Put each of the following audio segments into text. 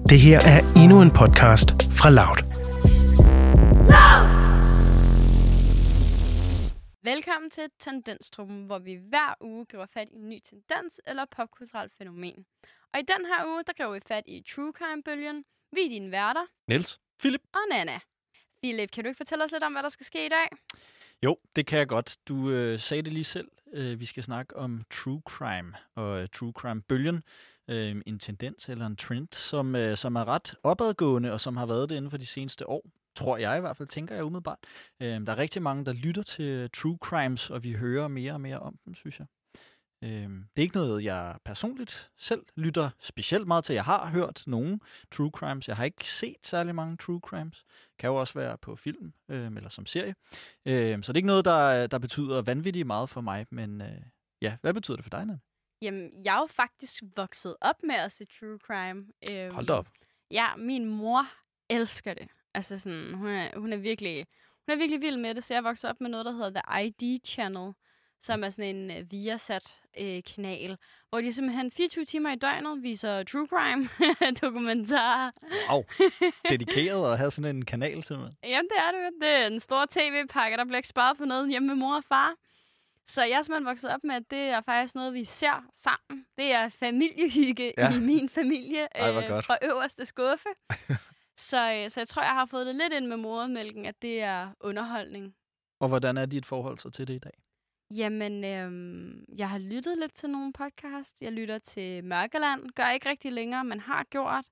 Det her er endnu en podcast fra Loud. Velkommen til Tendenstruppen, hvor vi hver uge griber fat i en ny tendens eller popkulturelt fænomen. Og i den her uge, der griber vi fat i True Crime-bølgen. Vi er dine værter. Niels, Philip og Nana. Philip, kan du ikke fortælle os lidt om, hvad der skal ske i dag? Jo, det kan jeg godt. Du sagde det lige selv. Vi skal snakke om true crime og true crime-bølgen. En tendens eller en trend, som er ret opadgående, og som har været det inden for de seneste år. Tror jeg i hvert fald, tænker jeg umiddelbart. Der er rigtig mange, der lytter til true crimes, og vi hører mere og mere om dem, synes jeg. Det er ikke noget, jeg personligt selv lytter specielt meget til. Jeg har hørt nogle true crimes. Jeg har ikke set særlig mange true crimes. Det kan jo også være på film eller som serie. Så det er ikke noget, der betyder vanvittigt meget for mig. Men ja, hvad betyder det for dig, Nanne? Jamen, jeg er jo faktisk vokset op med at se true crime. Hold da op. Ja, min mor elsker det. Altså sådan, hun er virkelig vild med det, så jeg voksede op med noget, der hedder The ID Channel, som er sådan en Viasat-kanal, hvor de simpelthen 24 timer i døgnet viser true crime-dokumentarer. Wow, dedikeret at have sådan en kanal, simpelthen. Jamen, det er det jo. Det er en stor tv-pakke, der bliver ikke sparet på noget hjemme med mor og far. Så jeg er simpelthen vokset op med, at det er faktisk noget, vi ser sammen. Det er familiehygge i min familie fra øverste skuffe. Så jeg tror, jeg har fået det lidt ind med modermælken, at det er underholdning. Og hvordan er dit forhold så til det i dag? Jamen, jeg har lyttet lidt til nogle podcast. Jeg lytter til Mørkeland. Gør ikke rigtig længere, men har gjort.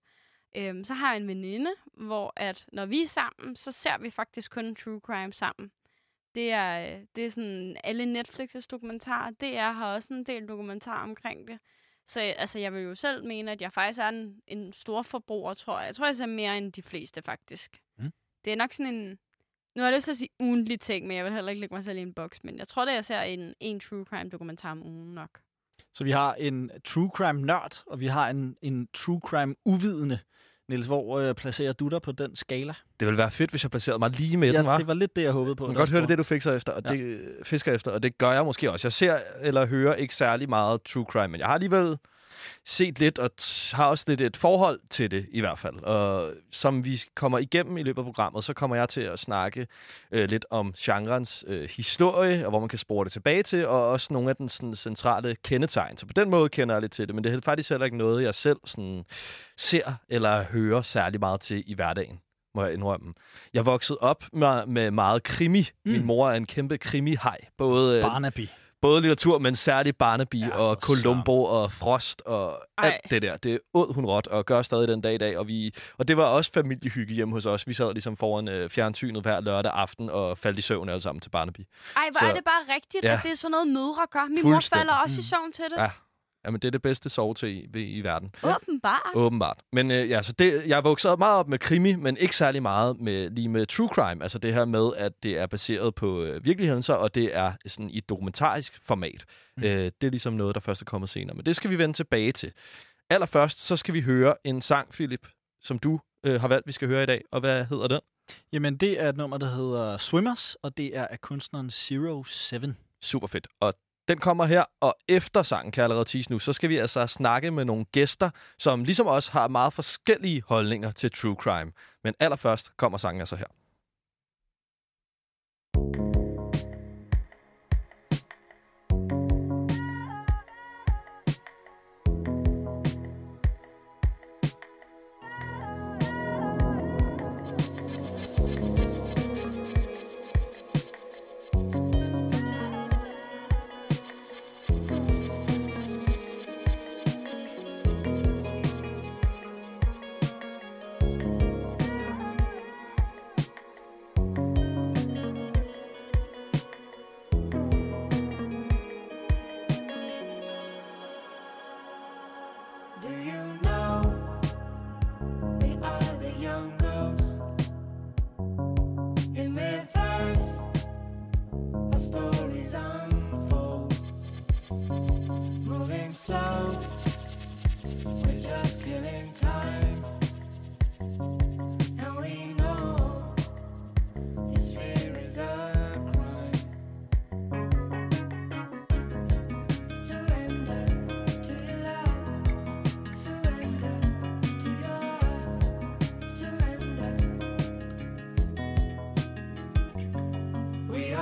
Så har jeg en veninde, hvor at når vi er sammen, så ser vi faktisk kun true crime sammen. Det er sådan alle Netflix' dokumentarer. DR har også en del dokumentarer omkring det. Så altså, jeg vil jo selv mene, at jeg faktisk er en stor forbruger, tror jeg. Jeg tror, jeg ser mere end de fleste, faktisk. Det er nok sådan en... Nu har jeg lyst til at sige ugentlig ting, men jeg vil heller ikke lægge mig selv i en boks. Men jeg tror, at jeg ser en true crime-dokumentar om ugen nok. Så vi har en true crime-nørd, og vi har en true crime-uvidende. Niels, hvor placerer du dig på den skala? Det ville være fedt, hvis jeg placerede mig lige med den, var. Det var lidt det, jeg håbede på. Man kan godt høre det, du fisker efter, og fisker efter, og det gør jeg måske også. Jeg ser eller hører ikke særlig meget true crime, men jeg har alligevel set lidt, og har også lidt et forhold til det i hvert fald. Og som vi kommer igennem i løbet af programmet, så kommer jeg til at snakke lidt om genrens historie, og hvor man kan spore det tilbage til, og også nogle af den sådan, centrale kendetegn. Så på den måde kender jeg lidt til det, men det er faktisk heller ikke noget, jeg selv sådan, ser eller hører særlig meget til i hverdagen, må jeg indrømme. Jeg voksede op med meget krimi. Min mor er en kæmpe krimi-hej. Barnaby. Både litteratur, men særligt Barnaby og Columbo og Frost og alt det der. Det åd hun råt og gør stadig den dag i dag. Og det var også familiehygge hjemme hos os. Vi sad ligesom foran fjernsynet hver lørdag aften og faldt i søvn alle sammen til Barnaby. Hvor er det bare rigtigt, at det er sådan noget mødre gør. Min mor falder også i søvn til det. Ja. Jamen, det er det bedste sovetid i verden. Åbenbart. Men så jeg voksede meget op med krimi, men ikke særlig meget med true crime. Altså det her med, at det er baseret på virkelighedshændelser, og det er sådan i et dokumentarisk format. Det er ligesom noget, der først er kommet senere. Men det skal vi vende tilbage til. Allerførst, så skal vi høre en sang, Philip, som du har valgt, vi skal høre i dag. Og hvad hedder den? Jamen, det er et nummer, der hedder Swimmers, og det er af kunstneren Zero 7. Super fedt. Og den kommer her, og efter sangen, kan jeg allerede tease nu, så skal vi altså snakke med nogle gæster, som ligesom os har meget forskellige holdninger til true crime. Men allerførst kommer sangen altså her.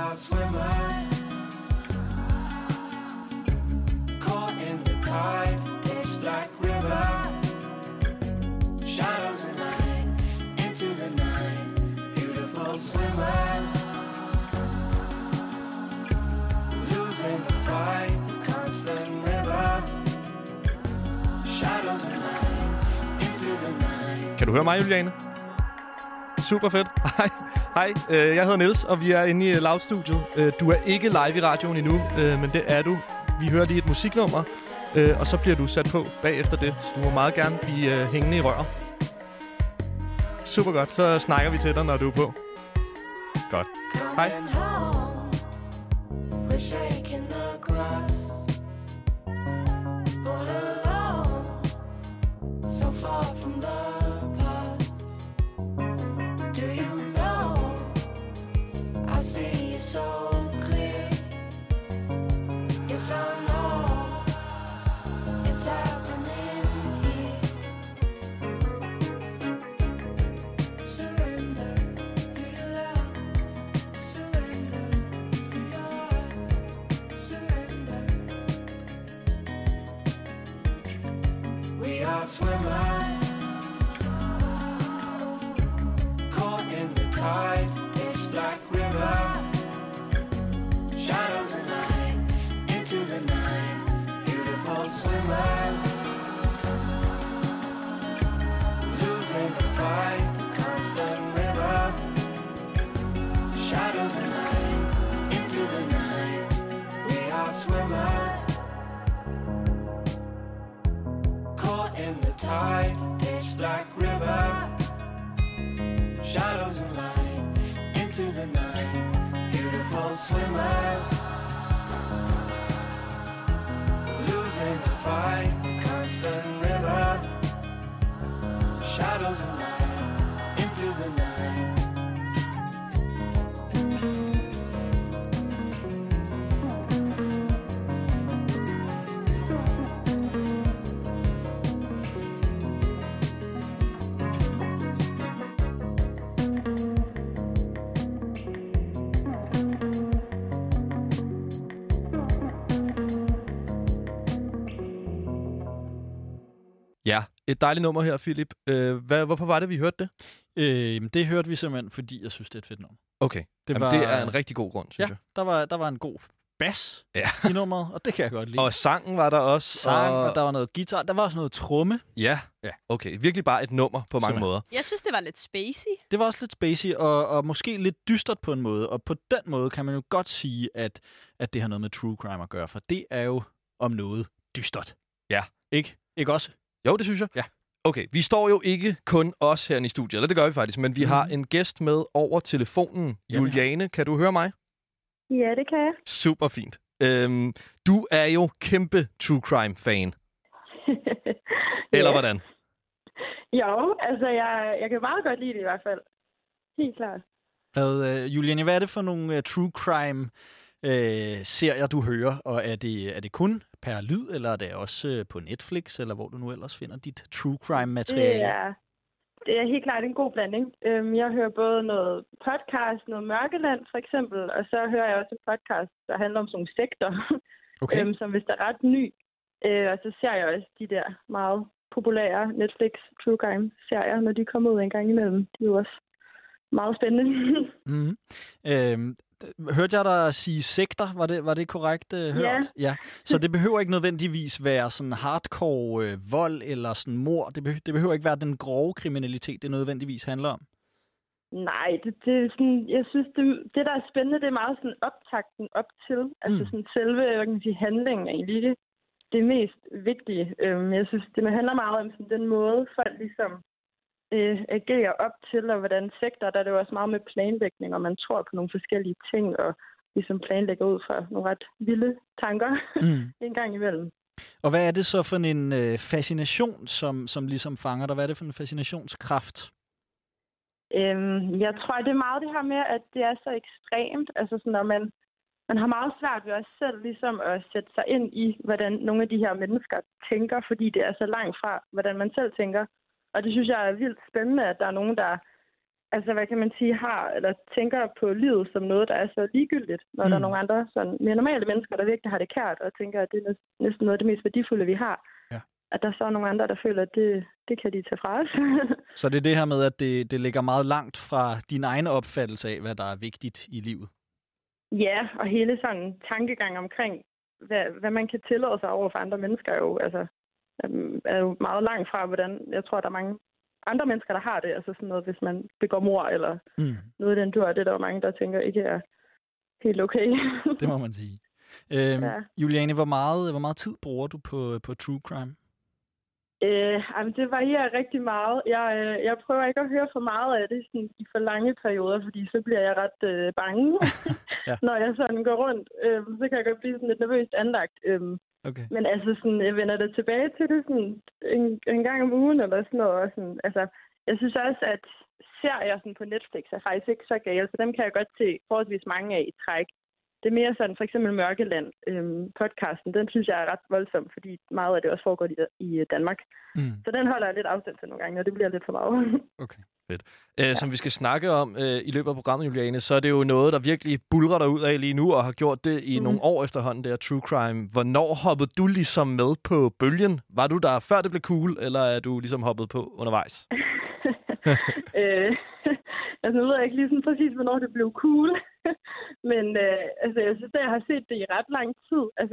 are swimmers, caught in the tide, pitch black river, shadows of night, into the night, beautiful swimmers, losing the fight, constant river, shadows of night, into the night. Kan du høre mig, Juliane? Super fedt. Hej, jeg hedder Niels, og vi er inde i Loud-studiet. Du er ikke live i radioen endnu, men det er du. Vi hører lige et musiknummer, og så bliver du sat på bagefter det. Så du må meget gerne blive hængende i røret. Super godt. Så snakker vi til dig, når du er på. Godt. Hej. Swimmers, caught in the tide, pitch black river, shadows of night, into the night, beautiful swimmers, losing the fight, constant river, shadows of night, into the night, we are swimmers. In the tide, pitch black river, shadows and light, into the night, beautiful swimmers, losing the fight, constant river, shadows and light, into the night. Ja, et dejligt nummer her, Philip. Hvorfor var det, vi hørte det? Det hørte vi simpelthen, fordi jeg synes, det er et fedt nummer. Okay, det er en rigtig god grund, synes jeg. Der var en god bas i nummeret, og det kan jeg godt lide. Og sangen var der også. Og der var noget guitar, der var også noget tromme. Ja, okay. Virkelig bare et nummer på mange måder. Jeg synes, det var lidt spacey. Det var også lidt spacey, og måske lidt dystert på en måde. Og på den måde kan man jo godt sige, at det har noget med true crime at gøre, for det er jo om noget dystert. Ja. Ikke også? Jo, det synes jeg. Ja. Okay, vi står jo ikke kun os herinde i studiet, eller det gør vi faktisk, men vi har en gæst med over telefonen. Juliane, kan du høre mig? Ja, det kan jeg. Super fint. Du er jo kæmpe true crime-fan. Eller hvordan? Jo, altså jeg kan meget godt lide det i hvert fald. Helt klart. Juliane, hvad er det for nogle true crime serier, du hører? Og er det kun per lyd, eller er det også på Netflix, eller hvor du nu ellers finder dit true crime-materiale? Det er helt klart en god blanding. Jeg hører både noget podcast, noget Mørkeland for eksempel, og så hører jeg også en podcast, der handler om sådan nogle sekter, som hvis der er ret ny. Og så ser jeg også de der meget populære Netflix true crime-serier, når de kommer ud en gang imellem. De er jo også meget spændende. Hørte jeg dig sige sekter? Var det korrekt hørt? Ja. Så det behøver ikke nødvendigvis være sådan hardcore vold eller sådan mord. Det behøver ikke være den grove kriminalitet, det nødvendigvis handler om. Nej, det er sådan, jeg synes, det der er spændende, det er meget sådan optakten op til. Altså sådan selve handlingen er egentlig det mest vigtige. Jeg synes, det handler meget om sådan, den måde, folk ligesom agerer op til, og hvordan sekter, der er det jo også meget med planlægning, og man tror på nogle forskellige ting, og ligesom planlægger ud fra nogle ret vilde tanker en gang imellem. Og hvad er det så for en fascination, som ligesom fanger dig? Hvad er det for en fascinationskraft? Jeg tror, det er meget det her med, at det er så ekstremt. Altså sådan, når man har meget svært ved os selv ligesom at sætte sig ind i, hvordan nogle af de her mennesker tænker, fordi det er så langt fra, hvordan man selv tænker. Og det synes jeg er vildt spændende, at der er nogen, der altså hvad kan man sige, har eller tænker på livet som noget, der er så ligegyldigt, når der er nogle andre sådan mere normale mennesker, der virkelig har det kært, og tænker, at det er næsten noget af det mest værdifulde, vi har. Ja. At der så er nogle andre, der føler, at det kan de tage fra os. Så det er det her med, at det ligger meget langt fra din egen opfattelse af, hvad der er vigtigt i livet. Ja, og hele sådan tankegang omkring, hvad man kan tillade sig over for andre mennesker, er jo meget langt fra, hvordan jeg tror, der er mange andre mennesker, der har det. Altså sådan noget, hvis man begår mord eller noget i den dur, det er der jo mange, der tænker ikke er helt okay. Det må man sige. Juliane, hvor meget tid bruger du på true crime? Det varierer rigtig meget. Jeg prøver ikke at høre for meget af det sådan, i for lange perioder, fordi så bliver jeg ret bange, når jeg sådan går rundt. Så kan jeg godt blive sådan lidt nervøst anlagt. Okay. Men altså, sådan, jeg vender det tilbage til det sådan, en gang om ugen eller sådan noget. Og sådan, altså, jeg synes også, at serier sådan, på Netflix er faktisk ikke så gale, så dem kan jeg godt se forholdsvis mange af i træk. Det er mere sådan, for eksempel Mørkeland, podcasten, den synes jeg er ret voldsom, fordi meget af det også foregår i Danmark. Så den holder jeg lidt afstand til nogle gange, og det bliver lidt for meget. Okay. Fedt. Som vi skal snakke om i løbet af programmet, Juliane, så er det jo noget, der virkelig bulrer dig ud af lige nu, og har gjort det i nogle år efterhånden, det er true crime. Hvornår hoppede du ligesom med på bølgen? Var du der, før det blev cool, eller er du ligesom hoppet på undervejs? Altså, nu ved jeg ikke lige sådan præcis, hvornår det blev cool. Men altså, jeg synes, at jeg har set det i ret lang tid. Altså,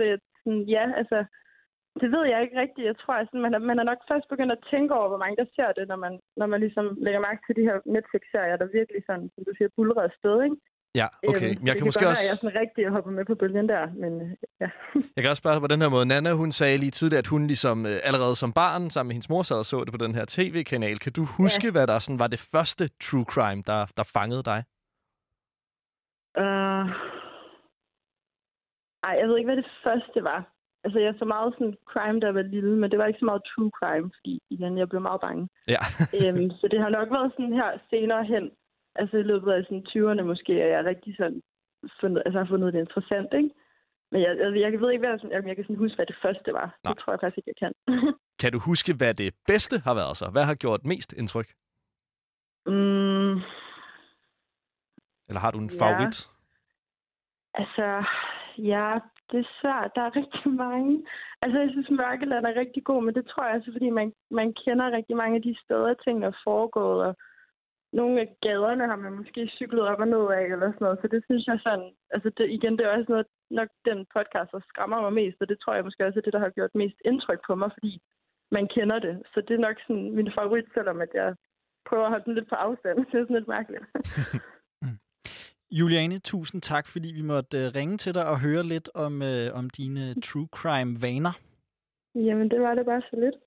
det ved jeg ikke rigtigt. Jeg tror, at man er nok først begyndt at tænke over, hvor mange der ser det, når man ligesom lægger mærke til de her Netflix-serier, der virkelig sådan, som du siger, bulrer afsted, ikke? Ja, okay. Jeg kan måske også... Jeg er sådan rigtig hoppet med på bølgen der, men ja. Jeg kan også spørge på den her måde. Nana, hun sagde lige tidligere, at hun ligesom allerede som barn, sammen med hendes mor, sad og så det på den her tv-kanal. Kan du huske, hvad der sådan var det første true crime, der fangede dig? Jeg ved ikke, hvad det første var. Altså, jeg så meget sådan crime, der var lille, men det var ikke så meget true crime, fordi igen, jeg blev meget bange. Ja. Så det har nok været sådan her senere hen, altså i løbet af sådan 20'erne måske, at jeg rigtig sådan har fundet det interessant, ikke? Men jeg ved ikke, jeg kan sådan huske, hvad det første var. Nej. Det tror jeg faktisk ikke, jeg kan. Kan du huske, hvad det bedste har været så? Hvad har gjort mest indtryk? Eller har du en favorit? Altså, ja, det er svært. Der er rigtig mange. Altså, jeg synes, Mørkeland er rigtig god, men det tror jeg også, fordi man kender rigtig mange af de steder, tingene er foregået, og nogle af gaderne har man måske cyklet op og ned af, eller sådan noget. Så det synes jeg sådan, altså det er også noget, nok den podcast, der skræmmer mig mest, og det tror jeg måske også er det, der har gjort mest indtryk på mig, fordi man kender det. Så det er nok sådan min favorit, selvom at jeg prøver at holde den lidt på afstand. Det er sådan lidt mærkeligt. Juliane, tusind tak, fordi vi måtte ringe til dig og høre lidt om dine true crime-vaner. Jamen, det var det bare så lidt.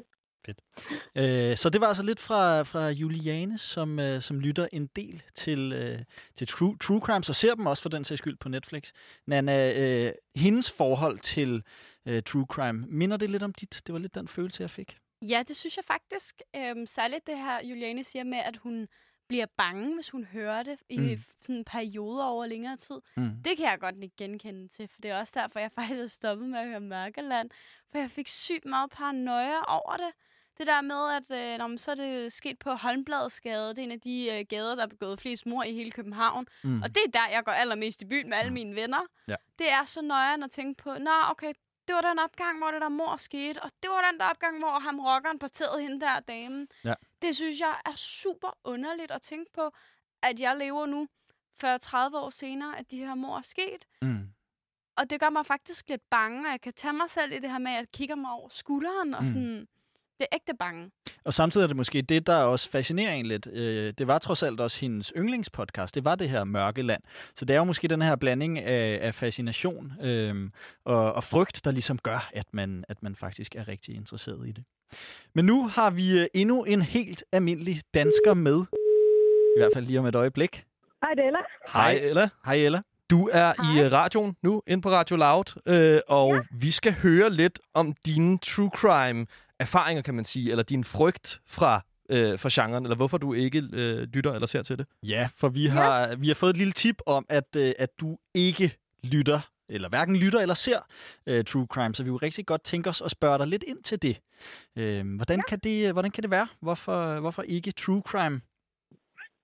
Fedt. Så det var altså lidt fra Juliane, som lytter en del til true crime, så ser dem også for den sags skyld på Netflix. Nana, hendes forhold til true crime, minder det lidt om dit? Det var lidt den følelse, jeg fik. Ja, det synes jeg faktisk. Særligt det her, Juliane siger med, at hun bliver bange, hvis hun hører det i sådan perioder over længere tid. Det kan jeg godt ikke genkende til, for det er også derfor, jeg faktisk er stoppet med at høre Mørkeland, for jeg fik sygt meget paranoia over det. Det der med, at så er det sket på Holmbladsgade. Det er en af de gader, der er begået flest mord i hele København. Og det er der, jeg går allermest i byen med alle mine venner. Ja. Det er så nøjeren at tænke på, okay, det var den opgang, hvor det der mord skete, og det var den der opgang, hvor ham rockeren parterede hende der damen. Ja. Det synes jeg er super underligt at tænke på, at jeg lever nu 40-30 år senere, at de her mord er sket. Og det gør mig faktisk lidt bange, og jeg kan tage mig selv i det her med, at jeg kigger mig over skulderen og sådan... Det er ægte bange. Og samtidig er det måske det, der også fascinerer en lidt. Det var trods alt også hendes yndlingspodcast. Det var det her Mørkeland. Så det er jo måske den her blanding af fascination og frygt, der ligesom gør, at man faktisk er rigtig interesseret i det. Men nu har vi endnu en helt almindelig dansker med. I hvert fald lige om et øjeblik. Hej, det er Ella. Hej, Ella. Hej, Ella. Du er i radioen nu, inde på Radio Loud, og vi skal høre lidt om dine true crime erfaringer, kan man sige, eller din frygt fra genren, eller hvorfor du ikke lytter eller ser til det. Ja, for vi har fået et lille tip om, at du ikke lytter, eller hverken lytter eller ser true crime, så vi vil rigtig godt tænke os at spørge dig lidt ind til det. Hvordan kan det være? Hvorfor ikke true crime?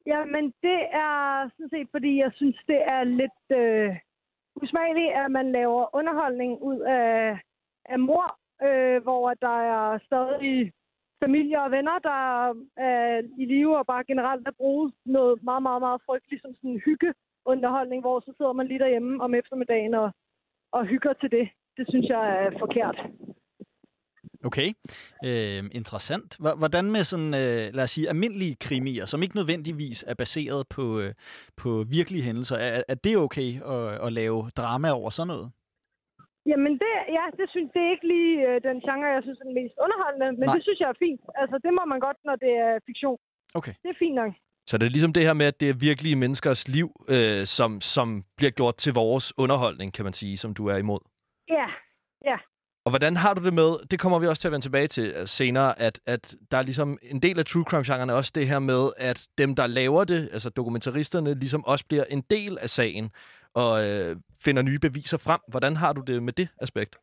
Jamen, det er sådan set, fordi jeg synes, det er lidt usmageligt, at man laver underholdning ud af mor, hvor der er stadig familier og venner, der er i live, og bare generelt at bruge noget meget, meget, meget frygteligt som sådan en hyggeunderholdning, hvor så sidder man lige derhjemme om eftermiddagen og hygger til det. Det synes jeg er forkert. Okay, interessant. Hvordan med sådan, lad os sige, almindelige krimier, som ikke nødvendigvis er baseret på virkelige hændelser? Er det okay at lave drama over sådan noget? Jamen, det er ikke lige den genre, jeg synes er den mest underholdende, men Nej. det synes jeg er fint. Altså, det må man godt, når det er fiktion. Okay. Det er fint nok. Så det er ligesom det her med, at det er virkelige menneskers liv, som bliver gjort til vores underholdning, kan man sige, som du er imod. Ja. Og hvordan har du det med, det kommer vi også til at vende tilbage til senere, at der er ligesom en del af true crime-genrerne også det her med, at dem, der laver det, altså dokumentaristerne, ligesom også bliver en del af sagen og finder nye beviser frem. Hvordan har du det med det aspekt?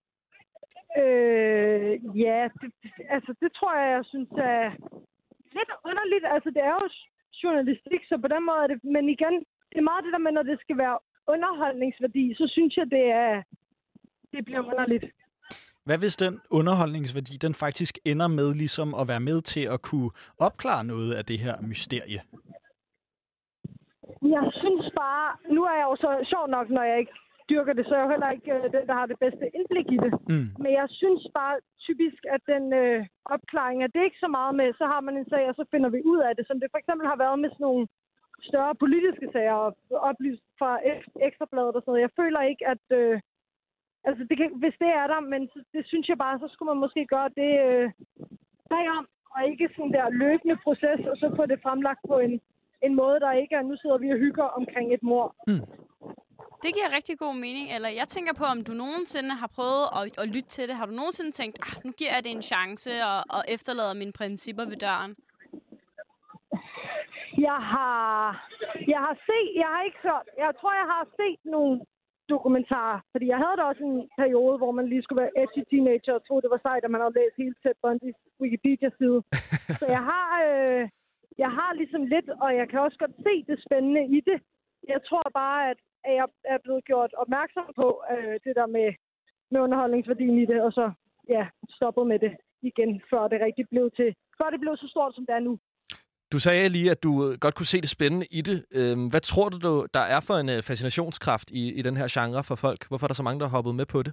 Det tror jeg synes er lidt underligt. Altså, det er jo journalistik, så på den måde er det... Men igen, det er meget det der med, når det skal være underholdningsværdi, så synes jeg, det bliver underligt. Hvad hvis den underholdningsværdi, den faktisk ender med ligesom at være med til at kunne opklare noget af det her mysterie? Jeg synes bare... Nu er jeg jo så sjov nok, når jeg ikke dyrker det, så er jeg jo heller ikke den, der har det bedste indblik i det. Mm. Men jeg synes bare typisk, at den opklaring, at det er ikke så meget med, så har man en sag, og så finder vi ud af det. Som det for eksempel har været med sådan nogle større politiske sager, og oplyst fra Ekstrabladet og sådan noget. Jeg føler ikke, at... hvis det er der, men det synes jeg bare, så skulle man måske gøre det bagom, og ikke sådan der løbende proces, og så få det fremlagt på en måde, der ikke er, nu sidder vi og hygger omkring et mord. Mm. Det giver rigtig god mening. Eller jeg tænker på, om du nogensinde har prøvet at lytte til det. Har du nogensinde tænkt, nu giver jeg det en chance og efterlader mine principper ved døren? Jeg tror, jeg har set nogle dokumentarer, fordi jeg havde da også en periode, hvor man lige skulle være edgy teenager og troede, det var sejt, at man havde læst hele Ted Bundys Wikipedia-side. Så jeg har ligesom lidt, og jeg kan også godt se det spændende i det. Jeg tror bare, at jeg er blevet gjort opmærksom på det der med underholdningsværdien i det, og så stoppet med det igen, før det blev så stort, som det er nu. Du sagde lige, at du godt kunne se det spændende i det. Hvad tror du, der er for en fascinationskraft i den her genre for folk? Hvorfor er der så mange, der har hoppet med på det?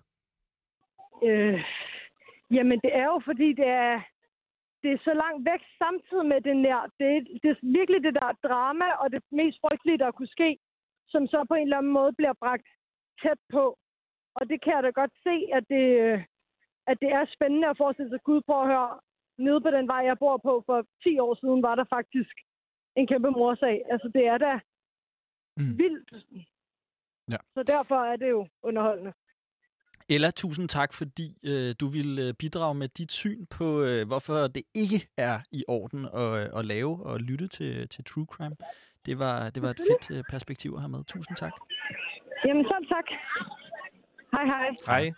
Jamen, det er jo, fordi det er så langt væk samtidig med det nær. Det er virkelig det der drama, og det mest frygtelige, der kunne ske, som så på en eller anden måde bliver bragt tæt på. Og det kan jeg da godt se, at det er spændende at forestille sig Gud på at høre. Nede på den vej, jeg bor på for 10 år siden, var der faktisk en kæmpe morsag. Altså, det er da vildt. Ja. Så derfor er det jo underholdende. Ella, tusind tak, fordi du ville bidrage med dit syn på, hvorfor det ikke er i orden at lave og lytte til true crime. Det var et fedt perspektiv at have med. Tusind tak. Jamen, selv tak. Hej, hej. Hej.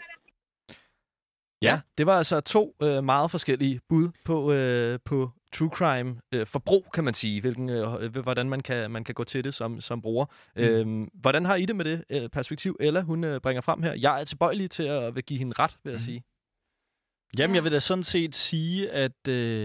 Ja, det var altså 2 meget forskellige bud på true crime forbrug, kan man sige, hvordan man kan gå til det som bruger. Hvordan har I det med det perspektiv, Ella, hun bringer frem her? Jeg er tilbøjelig til at give hende ret, vil jeg sige. Jamen, jeg vil da sådan set sige, at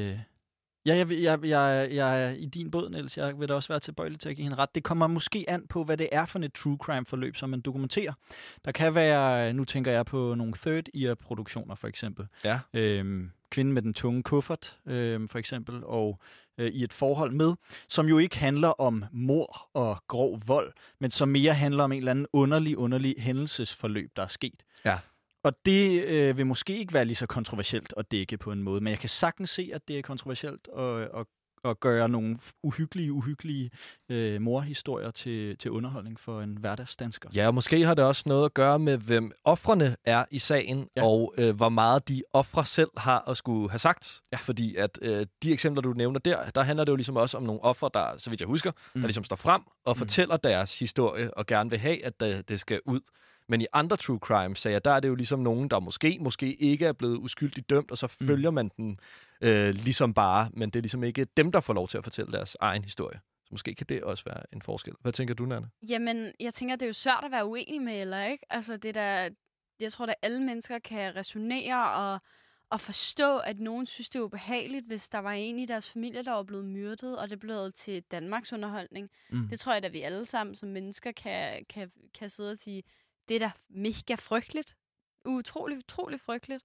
jeg er i din båd, Niels. Jeg vil da også være tilbøjelig til at give hende ret. Det kommer måske an på, hvad det er for et true crime-forløb, som man dokumenterer. Der kan være, nu tænker jeg på nogle third-year-produktioner, for eksempel. Ja. Kvinden med den tunge kuffert, for eksempel, og i et forhold med, som jo ikke handler om mord og grov vold, men som mere handler om en eller anden underlig hændelsesforløb, der er sket. Ja. Og det vil måske ikke være lige så kontroversielt at dække på en måde, men jeg kan sagtens se, at det er kontroversielt at gøre nogle uhyggelige morhistorier til underholdning for en hverdagsdansker. Ja, og måske har det også noget at gøre med, hvem ofrene er i sagen, og hvor meget de ofre selv har at skulle have sagt. Ja. Fordi at de eksempler, du nævner der handler det jo ligesom også om nogle ofre, der, så vidt jeg husker, der ligesom står frem og fortæller deres historie og gerne vil have, at det skal ud. Men i andre true crime-sager, der er det jo ligesom nogen, der måske ikke er blevet uskyldigt dømt, og så følger man den ligesom bare, men det er ligesom ikke dem, der får lov til at fortælle deres egen historie. Så måske kan det også være en forskel. Hvad tænker du, Nanna? Jamen, jeg tænker, det er jo svært at være uenig med, eller ikke? Altså, det der, jeg tror, at alle mennesker kan resonere og forstå, at nogen synes, det er ubehageligt, hvis der var en i deres familie, der var blevet myrdet, og det blev til Danmarks underholdning. Det tror jeg, at vi alle sammen som mennesker kan sidde og sige, det er da mega frygteligt. Utrolig frygteligt.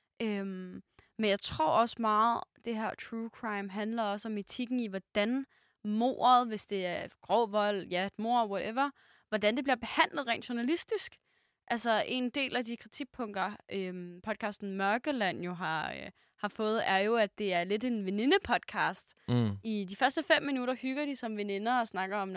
Men jeg tror også meget, det her true crime handler også om etikken i, hvordan mordet, hvis det er grov vold, ja, et mord, whatever, hvordan det bliver behandlet rent journalistisk. Altså, en del af de kritikpunkter, podcasten Mørkeland jo har fået, er jo, at det er lidt en veninde-podcast. I de første 5 minutter hygger de som veninder og snakker om,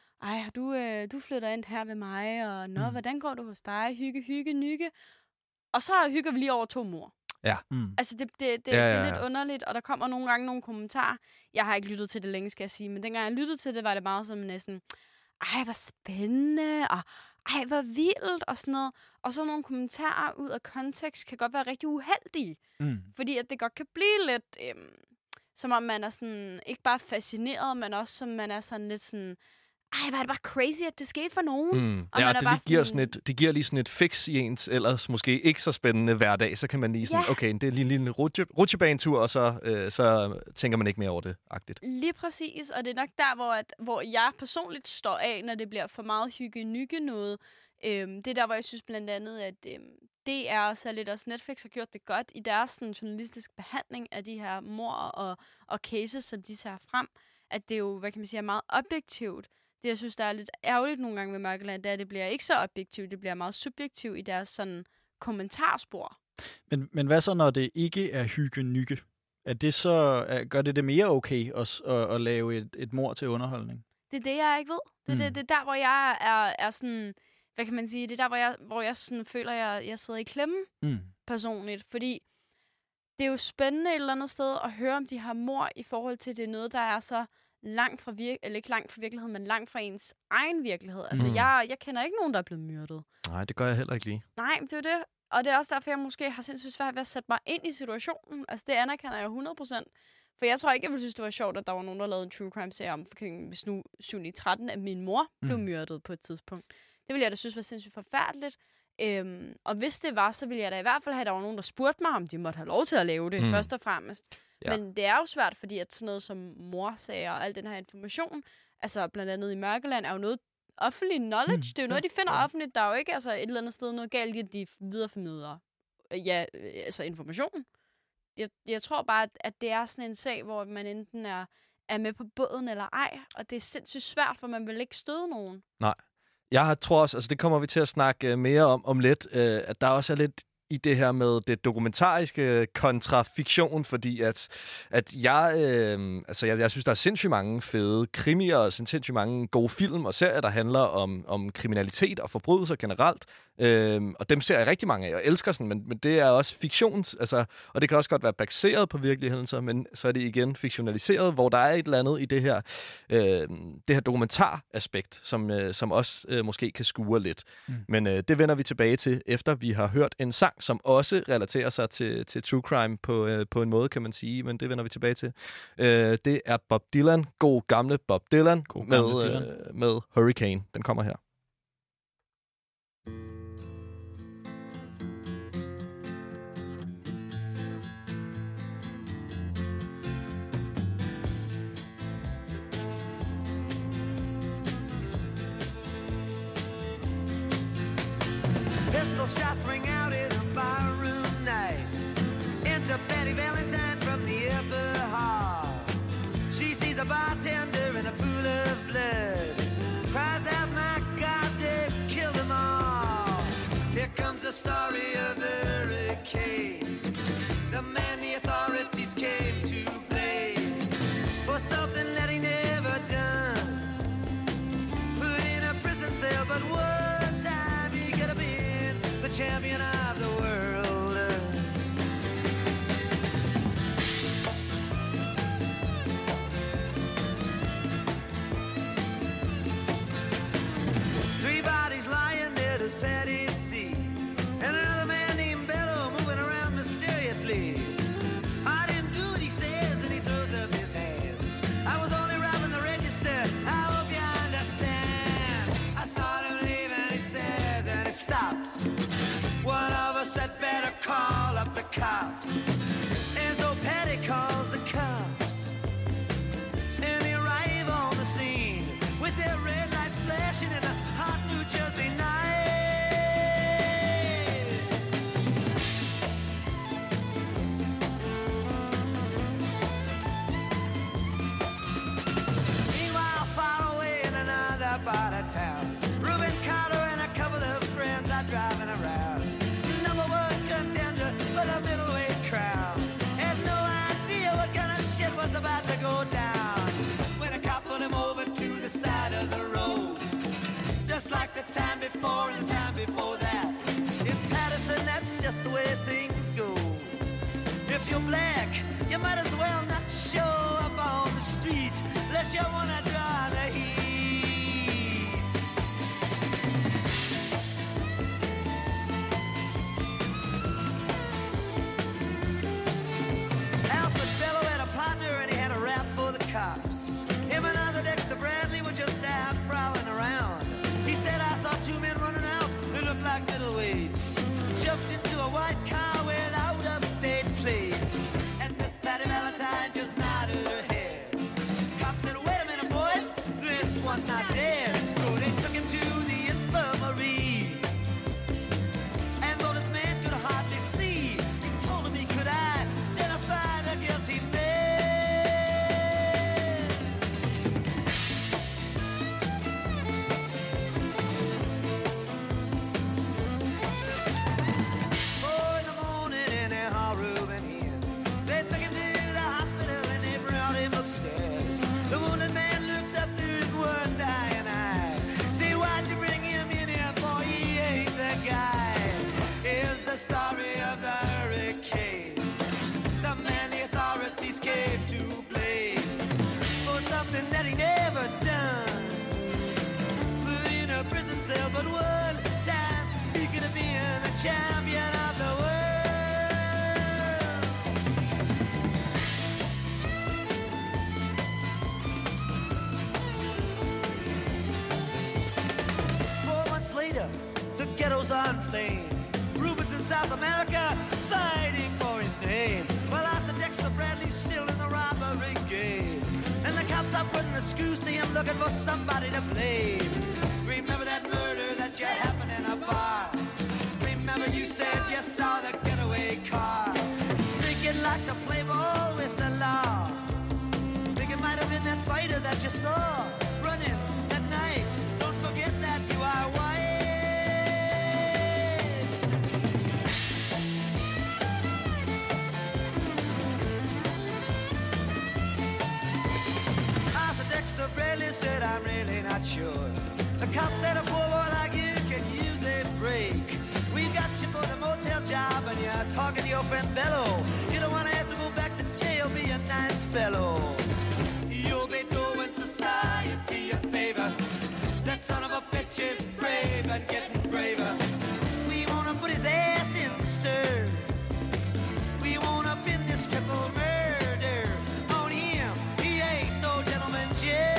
du flytter ind her ved mig, og hvordan går du hos dig? Hygge, nygge. Og så hygger vi lige over 2 mord. Ja. Altså, det er lidt underligt, og der kommer nogle gange nogle kommentarer. Jeg har ikke lyttet til det længe, skal jeg sige, men dengang jeg lyttede til det, var det meget som næsten, hvor spændende, og hvor vildt, og sådan noget. Og så nogle kommentarer ud af kontekst kan godt være rigtig uheldige, fordi at det godt kan blive lidt, som om man er sådan, ikke bare fascineret, men også som man er sådan lidt sådan, var det bare crazy, at det skete for nogen. Og det giver lige sådan et fix i ens ellers måske ikke så spændende hverdag. Så kan man lige sådan, okay, det er lige en rutsjebanetur, og så tænker man ikke mere over det, agtigt. Lige præcis, og det er nok der, hvor jeg personligt står af, når det bliver for meget hygge-nygge noget. Det er der, hvor jeg synes blandt andet, at DR og så lidt også Netflix har gjort det godt i deres sådan, journalistisk behandling af de her mord og cases, som de tager frem. At det jo, hvad kan man sige, er meget objektivt. Det, jeg synes, der er lidt ærgerligt nogle gange med Mørkeland, det er, at det bliver ikke så objektivt, det bliver meget subjektivt i deres sådan kommentarspor. Men hvad så, når det ikke er hygge-nygge? Er det så, gør det mere okay at lave et mord til underholdning? Det er det, jeg ikke ved. Det er der, hvor jeg er sådan, hvad kan man sige, det er der, hvor jeg sådan føler, jeg sidder i klemme personligt. Fordi det er jo spændende et eller andet sted at høre om de her mord i forhold til, det er noget, der er så langt fra ikke langt fra virkeligheden, men langt fra ens egen virkelighed. Altså, jeg kender ikke nogen, der er blevet myrdet. Nej, det gør jeg heller ikke lige. Nej, det er jo det. Og det er også derfor, jeg måske har sindssygt svært ved at sætte mig ind i situationen. Altså, det anerkender jeg 100%. For jeg tror ikke, jeg ville synes, det var sjovt, at der var nogen, der lavede en true crime-serie om, hvis nu 7-13, at min mor blev myrdet på et tidspunkt. Det ville jeg da synes var sindssygt forfærdeligt. Og hvis det var, så ville jeg da i hvert fald have, at der var nogen, der spurgte mig, om de måtte have lov til at lave det, først og fremmest. Ja. Men det er jo svært, fordi at sådan noget som morsager og al den her information, altså blandt andet i Mørkeland, er jo noget offentlig knowledge. Det er jo noget, de finder offentligt. Der er jo ikke altså et eller andet sted noget galt i, at de videreformidler altså information. Jeg tror bare, at det er sådan en sag, hvor man enten er med på båden eller ej, og det er sindssygt svært, for man vil ikke støde nogen. Nej. Jeg tror også, altså det kommer vi til at snakke mere om lidt, at der også er lidt i det her med det dokumentariske kontra fiktion, fordi at jeg synes, der er sindssygt mange fede krimier og sindssygt mange gode film og serier, der handler om kriminalitet og forbrydelser generelt. Og dem ser jeg rigtig mange af, og elsker sådan, men det er også fiktion, altså, og det kan også godt være baseret på virkeligheden, men så er det igen fiktionaliseret, hvor der er et eller andet i det her dokumentaraspekt, som også måske kan skure lidt. Men det vender vi tilbage til, efter vi har hørt en sang, som også relaterer sig til true crime på en måde, kan man sige, men det vender vi tilbage til. Det er Bob Dylan, god gamle Bob Dylan, med Hurricane. Den kommer her. Pistol shots ring out in a barroom night. Enter Betty Valentine from the upper hall. She sees a bartender in a pool of blood. Cries out, my God, they've killed them all. Here comes the story of the hurricane. The man the authorities came to blame for something that he never done. Put in a prison cell, but one time he could have been the champion of the world. Three bodies lying at his Patty's house. And so Patty calls the cops. And they arrive on the scene with their red lights flashing in a hot New Jersey night. Meanwhile, far away in another part of town, Reuben Carter and a couple of friends are driving around. Number one contender for the middleweight crown. Had no idea what kind of shit was about to go down when a cop pulled him over to the side of the road. Just like the time before and the time before that. In Patterson, that's just the way things go. If you're black, you might as well not show up on the street unless you want to draw the heat. Alfred Bellow had a partner and he had a rap for the cops. Him and other Dexter Bradley were just out prowling around. He said, I saw two men running out that looked like middleweights. Jumped into a white car with out-of-state plates. And Miss Patty Valentine just nodded her head. Cop said, wait a minute, boys, this one's not dead. So they took him to the infirmary. And though this man could hardly see, he told him he could identify the guilty man. Story of the hurricane, the man the authorities came to blame for something that he never done. Put in a prison cell, but one time he could have been the champion of the world. 4 months later, the ghetto's on flame. Rubens in South America fighting for his name. Well, Arthur Dexter Bradley's still in the robbery game. And the cops are putting the screws to him looking for somebody to blame. Remember that murder that you happened in a bar? Remember you said you saw the getaway car sneaking like to play ball with the law. Think it might have been that fighter that you saw running that night. Don't forget that you are white. Dexter Bradley said, I'm really not sure. The cop said a poor boy like you can use a break. We got you for the motel job and you're talking to your friend Bello. You don't want to have to go back to jail, be a nice fellow. You'll be doing society a favor. That son of a bitch is brave and getting braver. We want to put his ass in the stir. We want to pin this triple murder on him. He ain't no gentleman jail.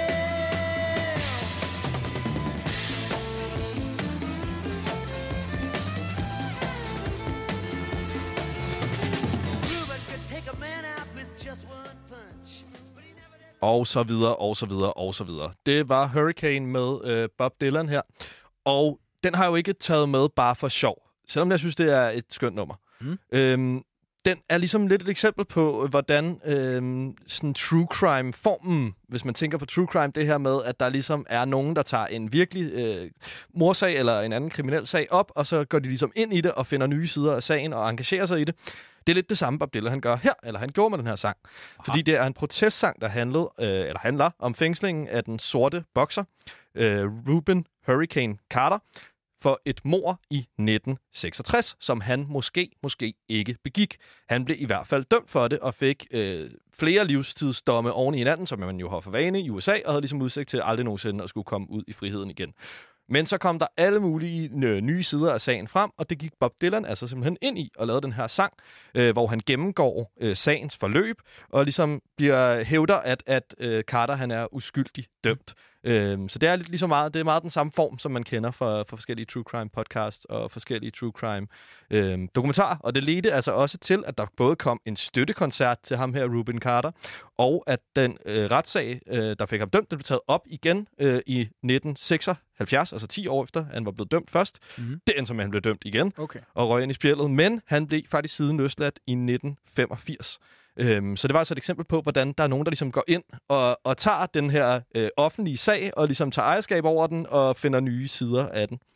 Ruben could take a man out with just one punch. Og så videre, og så videre, og så videre. Det var Hurricane med Bob Dylan her. Og den har jeg jo ikke taget med bare for sjov. Selvom jeg synes, det er et skønt nummer. Den er ligesom lidt et eksempel på, hvordan sådan true crime-formen, hvis man tænker på true crime, det her med, at der ligesom er nogen, der tager en virkelig morsag eller en anden kriminel sag op, og så går de ligesom ind i det og finder nye sider af sagen og engagerer sig i det. Det er lidt det samme, Bob Dylan han gør her, eller han gjorde med den her sang. Aha. Fordi det er en protestsang, der handler om fængslingen af den sorte bokser, Reuben Hurricane Carter, for et mord i 1966, som han måske ikke begik. Han blev i hvert fald dømt for det, og fik flere livstidsdomme oven i hinanden, som man jo har for vane i USA, og havde ligesom udsigt til aldrig nogensinde at skulle komme ud i friheden igen. Men så kom der alle mulige nye sider af sagen frem, og det gik Bob Dylan altså simpelthen ind i og lavede den her sang, hvor han gennemgår sagens forløb, og ligesom hævder, at Carter han er uskyldig dømt. Så det er lidt ligesom meget, det er meget den samme form, som man kender fra forskellige true crime podcasts og forskellige true crime dokumentarer. Og det ledte altså også til, at der både kom en støttekoncert til ham her, Rubin Carter, og at den retssag, der fik ham dømt, den blev taget op igen i 1976, altså 10 år efter, han var blevet dømt først. Mm-hmm. Det endte som, han blev dømt igen og røg ind i spjældet, men han blev faktisk siden løsladt i 1985. Så det var altså et eksempel på, hvordan der er nogen, der ligesom går ind og tager den her offentlige sag, og ligesom tager ejerskab over den, og finder nye sider af den.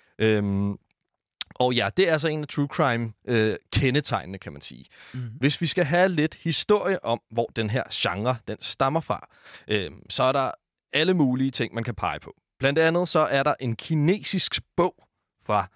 Og ja, det er altså en af true crime kendetegnene, kan man sige. Mm-hmm. Hvis vi skal have lidt historie om, hvor den her genre, den stammer fra, så er der alle mulige ting, man kan pege på. Blandt andet så er der en kinesisk bog fra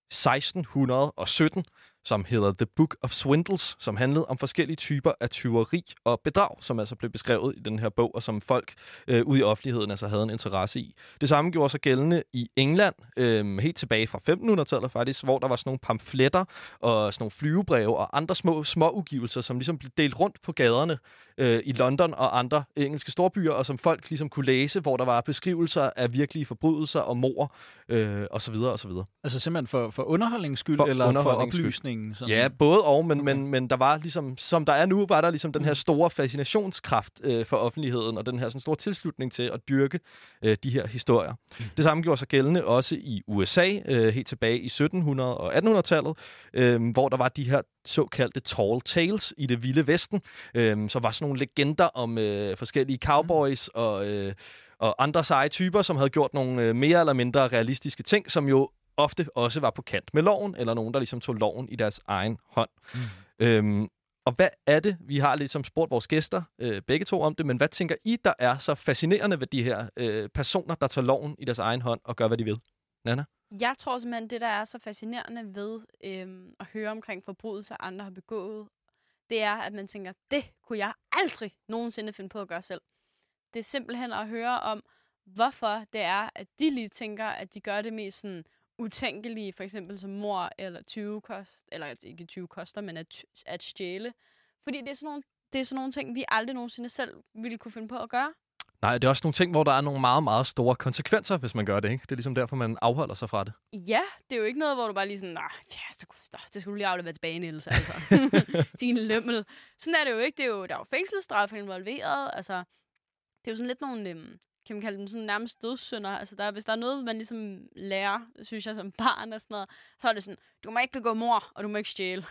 1617, som hedder The Book of Swindles, som handlede om forskellige typer af tyveri og bedrag, som altså blev beskrevet i den her bog, og som folk ude i offentligheden altså havde en interesse i. Det samme gjorde sig gældende i England, helt tilbage fra 1500-tallet faktisk, hvor der var sådan nogle pamfletter og sådan nogle flyvebreve og andre små udgivelser, som ligesom blev delt rundt på gaderne i London og andre engelske storbyer, og som folk ligesom kunne læse, hvor der var beskrivelser af virkelige forbrydelser og mord, og så videre, og så videre. Altså simpelthen for underholdningens skyld, eller for oplysningen? Sådan. Ja, både og, men der var ligesom, som der er nu, var der ligesom den her store fascinationskraft for offentligheden, og den her sådan store tilslutning til at dyrke de her historier. Det samme gjorde sig gældende også i USA, helt tilbage i 1700- og 1800-tallet, hvor der var de her såkaldte tall tales i det vilde vesten, så var sådan nogle legender om forskellige cowboys og andre seje typer, som havde gjort nogle mere eller mindre realistiske ting, som jo ofte også var på kant med loven, eller nogen, der ligesom tog loven i deres egen hånd. Og hvad er det? Vi har ligesom spurgt vores gæster, begge to om det, men hvad tænker I, der er så fascinerende ved de her personer, der tager loven i deres egen hånd og gør, hvad de vil? Nana? Jeg tror simpelthen, det der er så fascinerende ved at høre omkring forbrydelser, andre har begået, det er, at man tænker, det kunne jeg aldrig nogensinde finde på at gøre selv. Det er simpelthen at høre om, hvorfor det er, at de lige tænker, at de gør det mest sådan utænkelige, for eksempel som mord eller tyvekost, eller ikke tyvekoster, men at stjæle. Fordi det er sådan nogle ting, vi aldrig nogensinde selv ville kunne finde på at gøre. Nej, det er også nogle ting, hvor der er nogle meget, meget store konsekvenser, hvis man gør det, ikke? Det er ligesom derfor, man afholder sig fra det. Ja, det er jo ikke noget, hvor du bare lige sådan, det skulle du lige aflevere tilbage, Niels, altså. Din lømmel. Sådan er det jo ikke. Der er jo fængselsstraf involveret, altså. Det er jo sådan lidt nogle, kan man kalde dem sådan nærmest dødssynder. Altså, hvis der er noget, man ligesom lærer, synes jeg, som barn og sådan noget, så er det sådan, du må ikke begå mord, og du må ikke stjæle.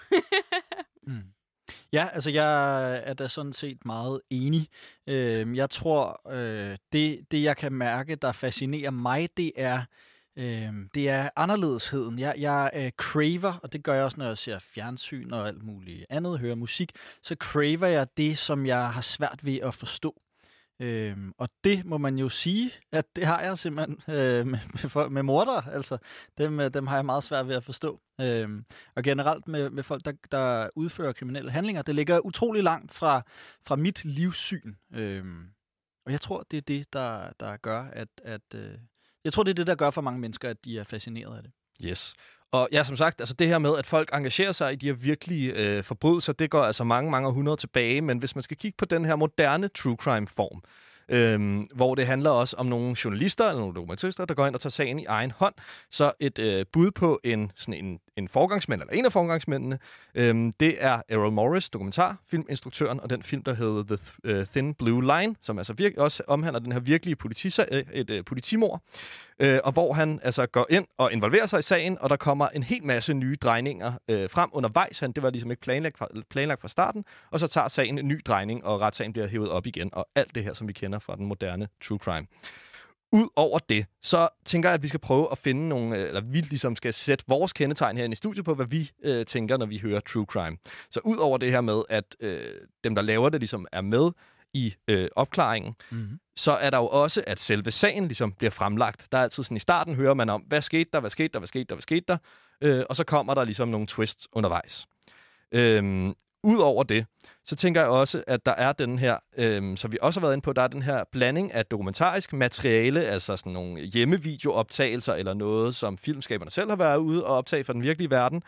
Ja, altså jeg er da sådan set meget enig. Jeg tror, det jeg kan mærke, der fascinerer mig, det er anderledesheden. Jeg craver, og det gør jeg også, når jeg ser fjernsyn og alt muligt andet, hører musik, så craver jeg det, som jeg har svært ved at forstå. Og det må man jo sige, at det har jeg simpelthen med mordere. Altså, dem har jeg meget svært ved at forstå. Og generelt med folk, der udfører kriminelle handlinger, det ligger utrolig langt fra mit livssyn. Og jeg tror, det er det, der gør, jeg tror, det er det, der gør for mange mennesker, at de er fascineret af det. Yes. Og ja, som sagt, altså det her med, at folk engagerer sig i de her virkelige forbrydelser, det går altså mange, mange århundreder tilbage. Men hvis man skal kigge på den her moderne true crime-form, hvor det handler også om nogle journalister eller nogle dokumentister, der går ind og tager sagen i egen hånd, så et bud på en forgangsmand, eller en af forgangsmændene, det er Errol Morris, dokumentarfilminstruktøren, og den film, der hedder The Thin Blue Line, som altså også omhandler den her virkelige politimord, og hvor han altså går ind og involverer sig i sagen, og der kommer en hel masse nye drejninger frem undervejs. Det var ligesom ikke planlagt fra starten, og så tager sagen en ny drejning, og retssagen bliver hævet op igen, og alt det her, som vi kender fra den moderne true crime. Udover det, så tænker jeg, at vi skal prøve at finde nogle, eller vi ligesom skal sætte vores kendetegn herinde i studiet på, hvad vi tænker, når vi hører true crime. Så udover det her med, at dem, der laver det, ligesom er med i opklaringen, så er der jo også, at selve sagen ligesom bliver fremlagt. Der er altid sådan, i starten hører man om, hvad skete der, og så kommer der ligesom nogle twists undervejs. Udover det, så tænker jeg også, at der er den her, som vi også har været inde på, der er den her blanding af dokumentarisk materiale, altså sådan nogle hjemmevideooptagelser eller noget, som filmskaberne selv har været ude og optage fra den virkelige verden,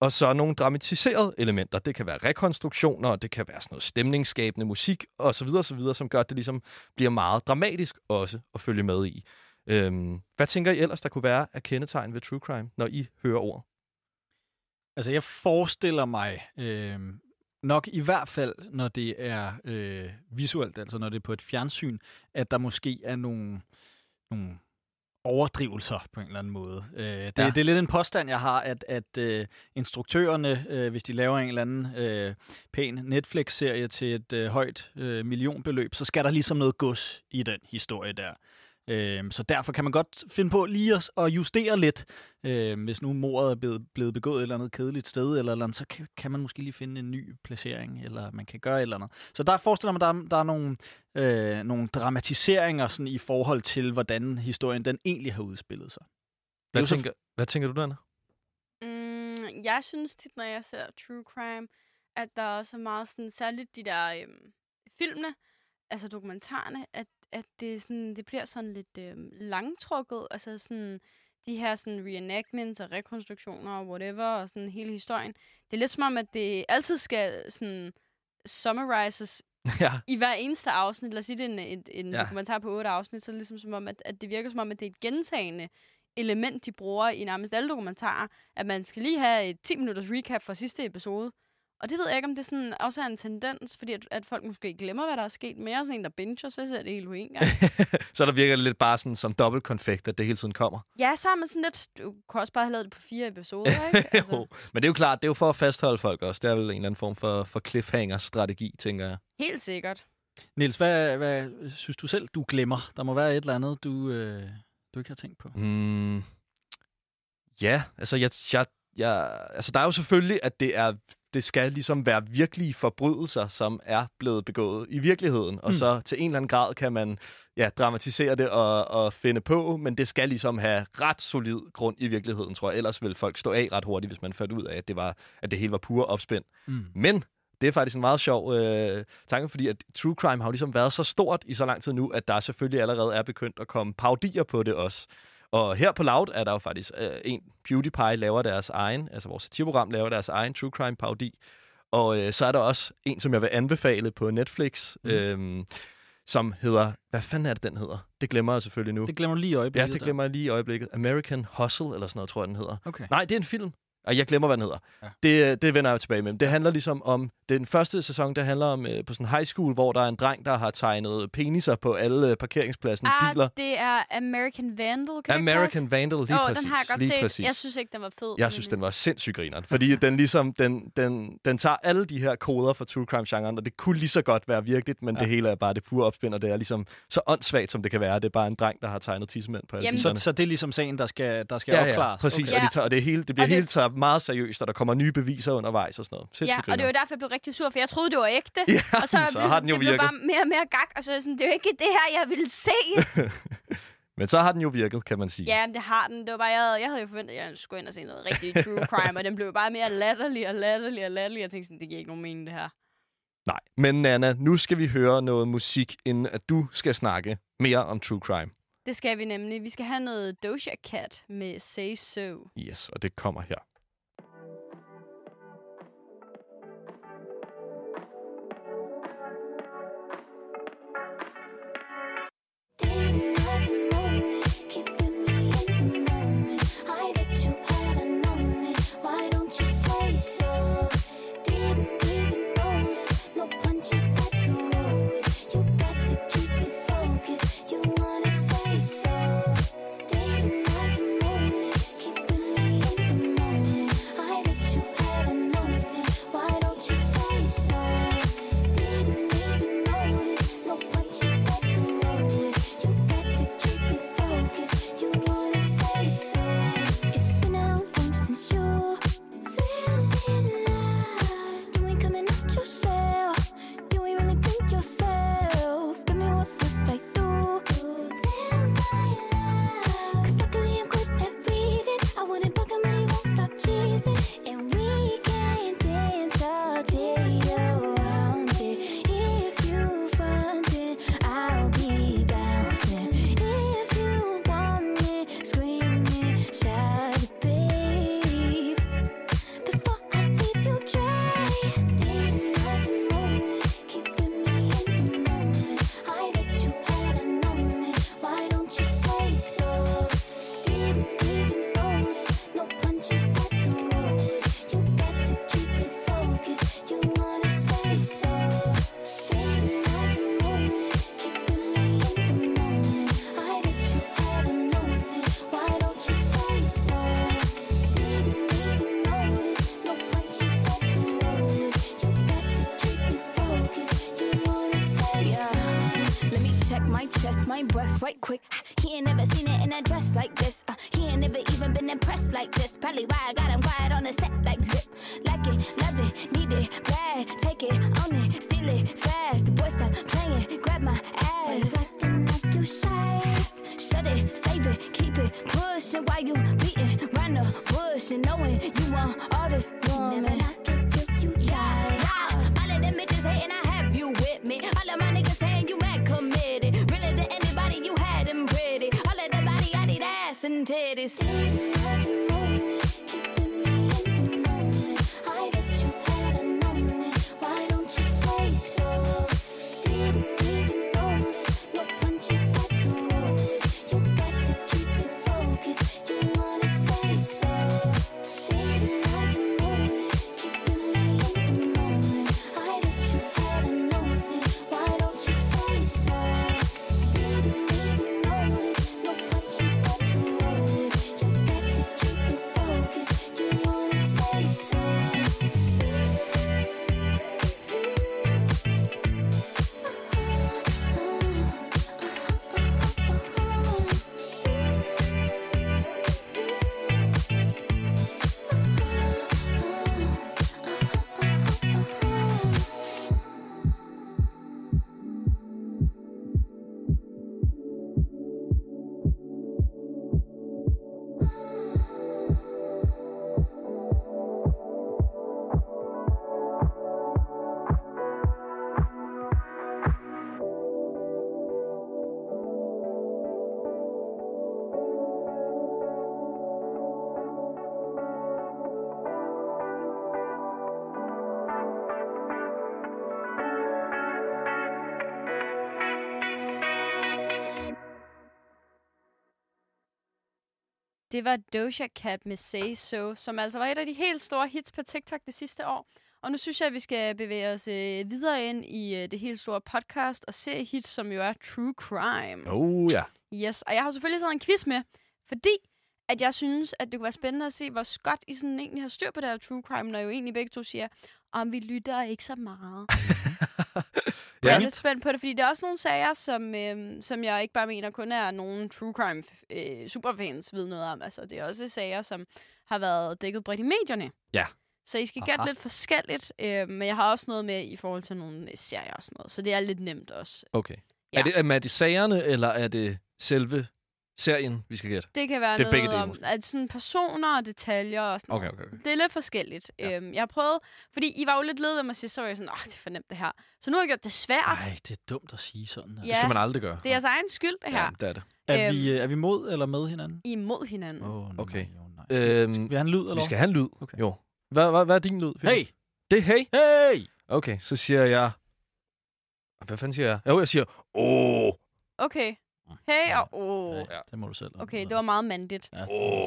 Og så nogle dramatiserede elementer. Det kan være rekonstruktioner, det kan være sådan noget stemningsskabende musik, og så videre, som gør, at det ligesom bliver meget dramatisk også at følge med i. Hvad tænker I ellers, der kunne være af kendetegn ved true crime, når I hører ord? Altså, jeg forestiller mig nok i hvert fald, når det er visuelt, altså når det er på et fjernsyn, at der måske er nogle overdrivelser på en eller anden måde. Det er lidt en påstand, jeg har, at instruktørerne, hvis de laver en eller anden pæn Netflix-serie til et højt millionbeløb, så skal der ligesom noget gods i den historie der. Så derfor kan man godt finde på lige at justere lidt, hvis nu mordet er blevet begået et eller andet kedeligt sted, eller andet, så kan man måske lige finde en ny placering, eller man kan gøre et eller andet. Så der forestiller man, der er nogle dramatiseringer sådan, i forhold til, hvordan historien den egentlig har udspillet sig. Hvad tænker du, Anna? Jeg synes tit, når jeg ser true crime, at der er så meget sådan, særligt de der filmene, altså dokumentarerne, at det bliver sådan lidt langtrukket, altså sådan de her sådan reenactments og rekonstruktioner og whatever, og sådan hele historien. Det er lidt som om, at det altid skal sådan summarizes i hver eneste afsnit. Lad os sige, det er en dokumentar på 8 afsnit, så er det ligesom som om, at det virker som om, at det er et gentagende element, de bruger i nærmest alle dokumentarer, at man skal lige have et 10 minutters recap fra sidste episode. Og det ved jeg ikke, om det sådan også er en tendens, fordi at folk måske glemmer, hvad der er sket. Mere sådan en, der binger, så ser det helt på en gang. Så der virker det lidt bare sådan som dobbeltkonfekt, at det hele tiden kommer. Ja, så er man sådan lidt... Du kan også bare have lavet det på 4 episoder, ikke? Altså. Jo, men det er jo klart, det er jo for at fastholde folk også. Det er vel en eller anden form for cliffhanger-strategi, tænker jeg. Helt sikkert. Niels, hvad synes du selv, du glemmer? Der må være et eller andet, du ikke har tænkt på. Ja, altså, altså der er jo selvfølgelig, at det skal ligesom være virkelige forbrydelser, som er blevet begået i virkeligheden. Og så til en eller anden grad kan man dramatisere det og finde på, men det skal ligesom have ret solid grund i virkeligheden, tror jeg. Ellers vil folk stå af ret hurtigt, hvis man fandt ud af, at det hele var pure opspind. Men det er faktisk en meget sjov tanke, fordi at true crime har jo ligesom været så stort i så lang tid nu, at der selvfølgelig allerede er begyndt at komme parodier på det også. Og her på Loud er der jo faktisk PewDiePie laver deres egen, altså vores satireprogram laver deres egen true crime parodi. Og så er der også en, som jeg vil anbefale på Netflix, som hedder, hvad fanden er det, den hedder? Det glemmer jeg selvfølgelig nu. Det glemmer lige i øjeblikket. Ja, det glemmer jeg lige i øjeblikket. American Hustle, eller sådan noget, tror jeg, den hedder. Okay. Nej, det er en film. Og jeg glemmer, hvad den hedder. Ja. Det vender jeg tilbage med. Det handler ligesom om... Den første sæson, der handler om på sådan en high school, hvor der er en dreng, der har tegnet peniser på alle parkeringspladsen biler. Det er American Vandal, kan American Vandal, lige præcis. Den har jeg godt set. Præcis. Jeg synes ikke, den var fed. Jeg synes, den var sindssygt grineren. Fordi den ligesom... Den tager alle de her koder fra true crime-genren, og det kunne lige så godt være virkeligt, men det hele er bare det pure opspind, og det er ligesom så åndssvagt, som det kan være. Det er bare en dreng, der har tegnet tissemænd på alle siderne. Så det er ligesom sagen, der skal opklares? Ja, præcis. Okay. Og det bliver helt taget meget seriøst, og der kommer nye beviser undervejs og sådan noget. Sindssygt og det var derfor, jeg blev rigtig sur, for jeg troede, det var ægte. Ja, og så har den jo det blev bare mere og mere gak, og så sådan, det er jo ikke det her, jeg ville se. Men så har den jo virket, kan man sige. Ja, det har den. Det var bare, jeg havde jo forventet, at jeg skulle ind og se noget rigtig true crime, og den blev bare mere latterlig. Jeg tænkte sådan, det giver ikke nogen mening, det her. Nej, men Anna, nu skal vi høre noget musik, inden at du skal snakke mere om true crime. Det skal vi nemlig. Vi skal have noget Doja Cat med Say So. Yes, og det kommer her. Say so. my chest, my breath right quick. He ain't never seen it in a dress like this. He ain't never even been impressed like this. Probably why I got him quiet on the set like zip. Like it, love it, need it, bad. Take it, own it, steal it, fast. The boy stop playing, grab my ass. Acting like you shy. Shut it, save it, keep it, pushing while you beating round the bush and knowing you want all this woman. Never knock it till you try. All of them bitches hating, I have you with me. All of my niggas saying you mad committed. Really to anybody you had them pretty. All of the body, I need ass and titties. Det var Doja Cat med Say So, som altså var et af de helt store hits på TikTok det sidste år. Og nu synes jeg, at vi skal bevæge os videre ind i det helt store podcast og se hit, som jo er True Crime. Ja. Yes, og jeg har selvfølgelig taget en quiz med, fordi at jeg synes, at det kunne være spændende at se, hvor Scott I sådan egentlig har styr på det her True Crime, når jo egentlig begge to siger, om vi lytter ikke så meget. Jeg er lidt spændt på det, fordi der er også nogle sager, som jeg ikke bare mener kun er nogle True Crime superfans ved noget om. Altså, det er også sager, som har været dækket bredt i medierne. Ja. Så I skal gætte lidt forskelligt, men jeg har også noget med i forhold til nogle serier og sådan noget. Så det er lidt nemt også. Okay. Ja. Er det sagerne, eller er det selve serien, vi skal gætte? Det kan være noget om at sådan personer og detaljer og sådan noget. Okay. Det er lidt forskelligt. Ja. Jeg har prøvet, fordi I var jo lidt lede ved mig sidst, så var jeg sådan, det er for nemt det her. Så nu har jeg gjort det svært. Nej, det er dumt at sige sådan. Ja, det skal man aldrig gøre. Det er jeres egen skyld, det her. Ja, det er det. Er vi mod eller med hinanden? I er mod hinanden. Okay. Skal vi have en lyd, eller? Vi skal have en lyd. Okay. Jo. Hvad er din lyd? Hey! Det er hey? Hey! Okay, så siger jeg... Hvad fanden siger jeg? Jo, jeg siger... Okay. Hey og Ja, det må du selv. Okay, det var meget mandigt. Ja,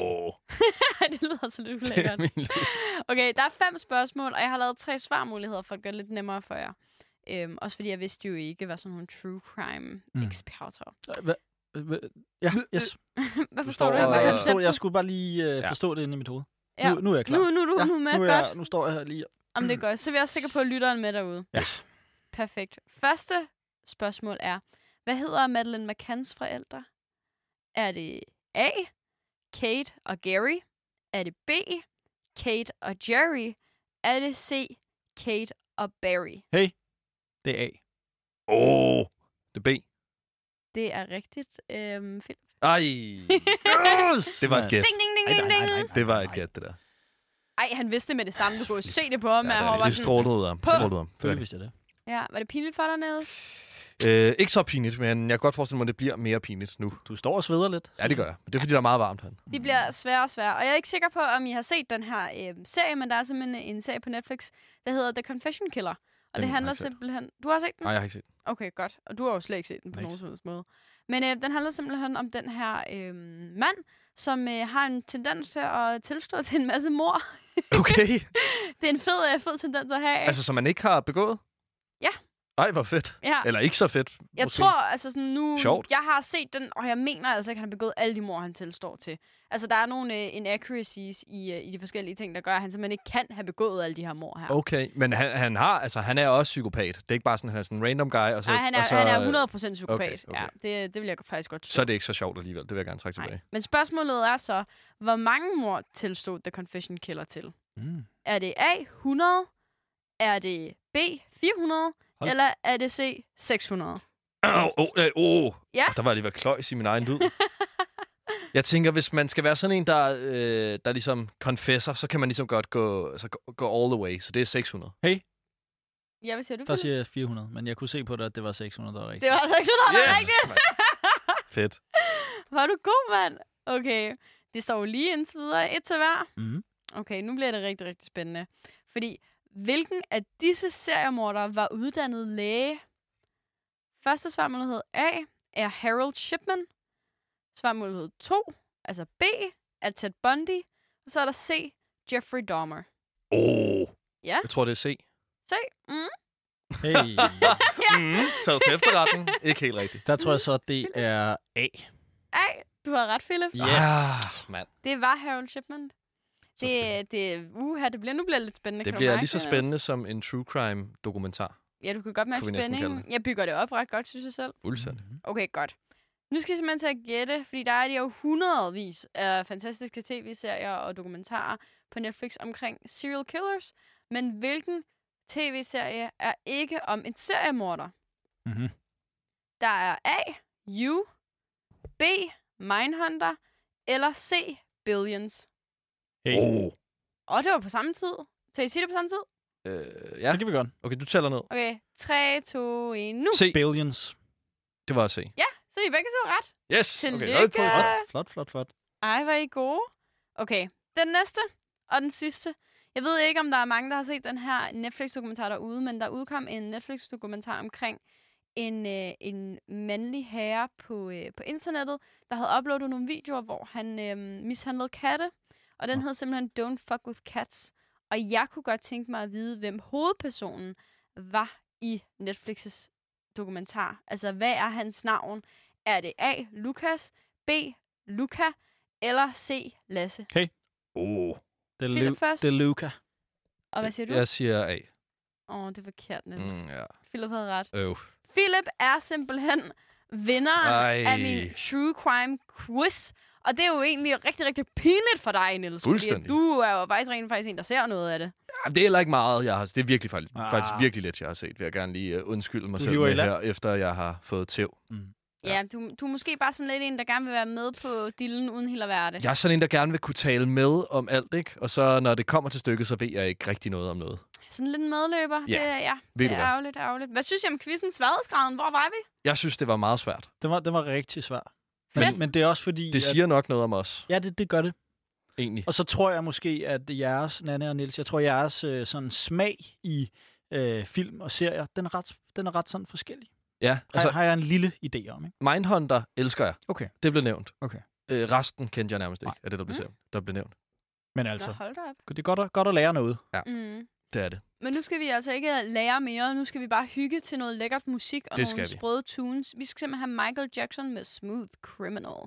det lyder altså lidt ulækkert. Okay, der er 5 spørgsmål, og jeg har lavet 3 svarmuligheder for at gøre det lidt nemmere for jer. Også fordi jeg vidste jo ikke, hvad sådan nogle true crime eksperter. Ja, yes. Hvad forstår du? Jeg skulle bare lige forstå det inde i mit hoved. Ja. Nu er jeg klar. Nu er du med, godt. Nu står jeg her lige. Om det er godt, så er vi også sikre på, at lytteren med derude. Yes. Perfekt. Første spørgsmål er, hvad hedder Madeleine McCanns forældre? Er det A, Kate og Gary? Er det B, Kate og Jerry? Er det C, Kate og Barry? Hey, det er A. Det er B. Det er rigtigt, Philip. Ej. Det var et gæt. Ding. Det var et gæt, det der. Ej, han vidste det med det samme. Du kunne se det på ham. Det strålede ud af ham. Det vidste jeg det. Ja, var det pinligt for dig, Niels? Ikke så pinligt, men jeg kan godt forestille mig, at det bliver mere pinligt nu. Du står og sveder lidt. Ja, det gør jeg. Det er, fordi der er meget varmt her. De bliver sværere og sværere. Og jeg er ikke sikker på, om I har set den her serie, men der er simpelthen en serie på Netflix, der hedder The Confession Killer. Og det handler simpelthen... Du har set den? Nej, jeg har ikke set den. Okay, godt. Og du har jo slet ikke set den på nogen som helst måde. Men den handler simpelthen om den her mand, som har en tendens til at tilstå til en masse mord. Okay. Det er en fed tendens at have. Altså, som man ikke har begået? Ja. Ej, hvor fedt. Ja. Eller ikke så fedt. Jeg måske. tror, altså sådan nu... Sjovt. Jeg har set den, og jeg mener altså ikke, han har begået alle de mord, han tilstår til. Altså, der er nogle inaccuracies i de forskellige ting, der gør, at han simpelthen ikke kan have begået alle de her mord her. Okay, men han er også psykopat. Det er ikke bare sådan, han er sådan en random guy. Og så, Nej, han er 100% psykopat. Okay. Ja, det vil jeg faktisk godt så er det ikke så sjovt alligevel. Det vil jeg gerne trække tilbage. Men spørgsmålet er så, hvor mange mord tilstod The Confession Killer til? Er det A, 100? Er det B, 400? Eller er det C, 600? Ja. Der var lige været kløjs i min egen lyd. Jeg tænker, hvis man skal være sådan en, der ligesom confesser, så kan man ligesom godt gå all the way. Så det er 600. Hey. Ja, hvad siger du? Der siger jeg 400, men jeg kunne se på det, at det var 600, der var rigtigt. Det var 600, der var rigtigt! Fedt. Var du god, mand? Okay. Det står jo lige indtil videre. 1 til hver. Mm. Okay, nu bliver det rigtig, rigtig spændende. Fordi, hvilken af disse seriemordere var uddannet læge? Første svarmulighed A er Harold Shipman. Svarmulighed 2, altså B, er Ted Bundy. Og så er der C, Jeffrey Dahmer. Ja. Jeg tror, det er C. C. Hey. Taget til efterretning. Ikke helt rigtigt. Der tror jeg så, det er A. A, du har ret, Philip. Yes. Mand. Det var Harold Shipman. Nu bliver det lidt spændende. Det bliver lige så spændende som en true crime dokumentar. Ja, du kan godt mærke spændingen. Jeg bygger det op ret godt, synes jeg selv. Fuldstændig. Okay, godt. Nu skal jeg simpelthen til at gætte, fordi der er jo hundredvis af fantastiske tv-serier og dokumentarer på Netflix omkring serial killers. Men hvilken tv-serie er ikke om en seriemorder? Mm-hmm. Der er A, You, B, Mindhunter, eller C, Billions. Hey. Og det var på samme tid. Så I sige det på samme tid? Ja. Det kan vi godt. Okay, du tæller ned. Okay, 3, 2, 1, nu. C. Billions. Det var C. Ja, så I begge to ret. Yes. Tillykke. Okay, flot. Ej, hvor er I gode. Okay, den næste og den sidste. Jeg ved ikke, om der er mange, der har set den her Netflix-dokumentar derude, men der udkom en Netflix-dokumentar omkring en mandlig herre på internettet, der havde uploadet nogle videoer, hvor han mishandlede katte, og den hed simpelthen Don't Fuck With Cats. Og jeg kunne godt tænke mig at vide, hvem hovedpersonen var i Netflix's dokumentar. Altså, hvad er hans navn? Er det A, Lukas, B, Luca, eller C, Lasse? Hey. Philip først. Det er Luca. Og hvad siger du? Jeg siger A. Det er forkert, Niels. Ja. Philip havde ret. Øv. Philip er simpelthen vinderen af min True Crime Quiz. Og det er jo egentlig rigtig, rigtig pinligt for dig, Niels. Fuldstændig. Fordi du er jo faktisk en, der ser noget af det. Ja, det er heller ikke meget, jeg har. Det er virkelig faktisk virkelig lidt, jeg har set. Vil jeg gerne lige undskylde mig selv med her, efter jeg har fået tæv. Ja, du er måske bare sådan lidt en, der gerne vil være med på dillen, uden helt at være det. Jeg er sådan en, der gerne vil kunne tale med om alt, ikke? Og så når det kommer til stykket, så ved jeg ikke rigtig noget om noget. Sådan lidt medløber. Ja, det er ærgerligt. Hvad synes I om quizzen? Sværhedsgraden? Hvor var vi? Jeg synes, det var meget svært. Det var rigtig svært. Men det er også fordi... Det siger nok noget om os. Ja, det gør det. Egentlig. Og så tror jeg måske, at jeres, Nanne og Niels, jeres sådan smag i film og serier, den er ret sådan forskellig. Ja, altså, har jeg en lille idé om, ikke? Mindhunter elsker jeg. Okay. Det blev nævnt. Okay. Resten kendte jeg nærmest ikke af det, der blev nævnt. Men altså, hold da op. Det er godt at lære noget. Ja, det er det. Men nu skal vi altså ikke lære mere. Nu skal vi bare hygge til noget lækkert musik og nogle sprøde tunes. Vi skal simpelthen have Michael Jackson med Smooth Criminal.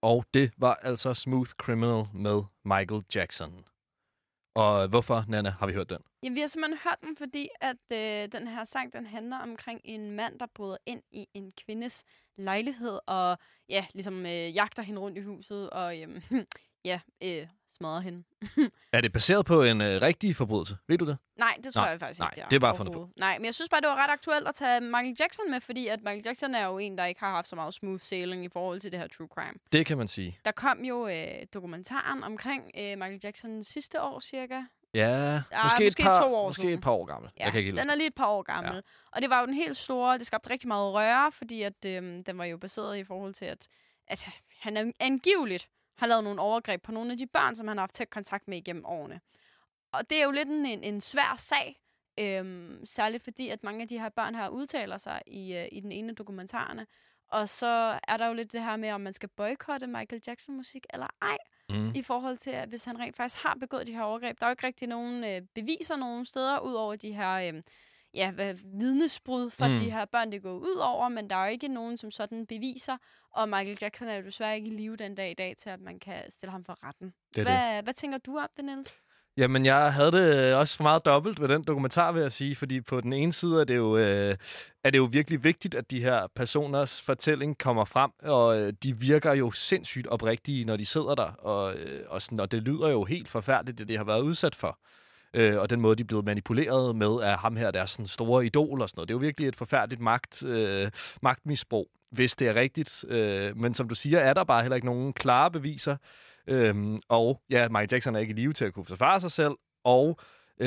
Og det var altså Smooth Criminal med Michael Jackson. Og hvorfor, Nanna, har vi hørt den? Ja, vi har simpelthen hørt den, fordi at den her sang, den handler omkring en mand, der bryder ind i en kvindes lejlighed, og ja, ligesom jagter hende rundt i huset, og smadrer hende. Er det baseret på en rigtig forbrydelse? Ved du det? Nej, det tror jeg faktisk ikke, det er bare fundet på. Nej, men jeg synes bare, det var ret aktuelt at tage Michael Jackson med, fordi at Michael Jackson er jo en, der ikke har haft så meget smooth sailing i forhold til det her true crime. Det kan man sige. Der kom jo dokumentaren omkring Michael Jackson sidste år cirka. Ja, måske 2 år måske et par år gammel. Ja, jeg kan ikke den er lige et par år gammel. Ja. Og det var jo den helt store, det skabte rigtig meget røre, fordi at, den var jo baseret i forhold til, at han angiveligt har lavet nogle overgreb på nogle af de børn, som han har haft tæt kontakt med igennem årene. Og det er jo lidt en svær sag, særligt fordi, at mange af de her børn her udtaler sig i den ene dokumentarerne. Og så er der jo lidt det her med, om man skal boykotte Michael Jackson-musik eller ej, i forhold til, at hvis han rent faktisk har begået de her overgreb. Der er jo ikke rigtig nogen beviser nogen steder, ud over de her vidnesbrud for de her børn, det går ud over, men der er jo ikke nogen, som sådan beviser, og Michael Jackson er jo desværre ikke i live den dag i dag, til at man kan stille ham for retten. Hvad tænker du om det, Niels? Jamen, jeg havde det også meget dobbelt ved den dokumentar, vil jeg sige, fordi på den ene side er det jo virkelig vigtigt, at de her personers fortælling kommer frem, og de virker jo sindssygt oprigtige, når de sidder der, og sådan, og det lyder jo helt forfærdeligt, det de har været udsat for. Og den måde, de er blevet manipuleret med af ham her, deres sådan store idol og sådan noget. Det er jo virkelig et forfærdeligt magtmisbrug, hvis det er rigtigt. Men som du siger, er der bare heller ikke nogen klare beviser. Og ja, Michael Jackson er ikke i live til at kunne forsvare sig selv. Og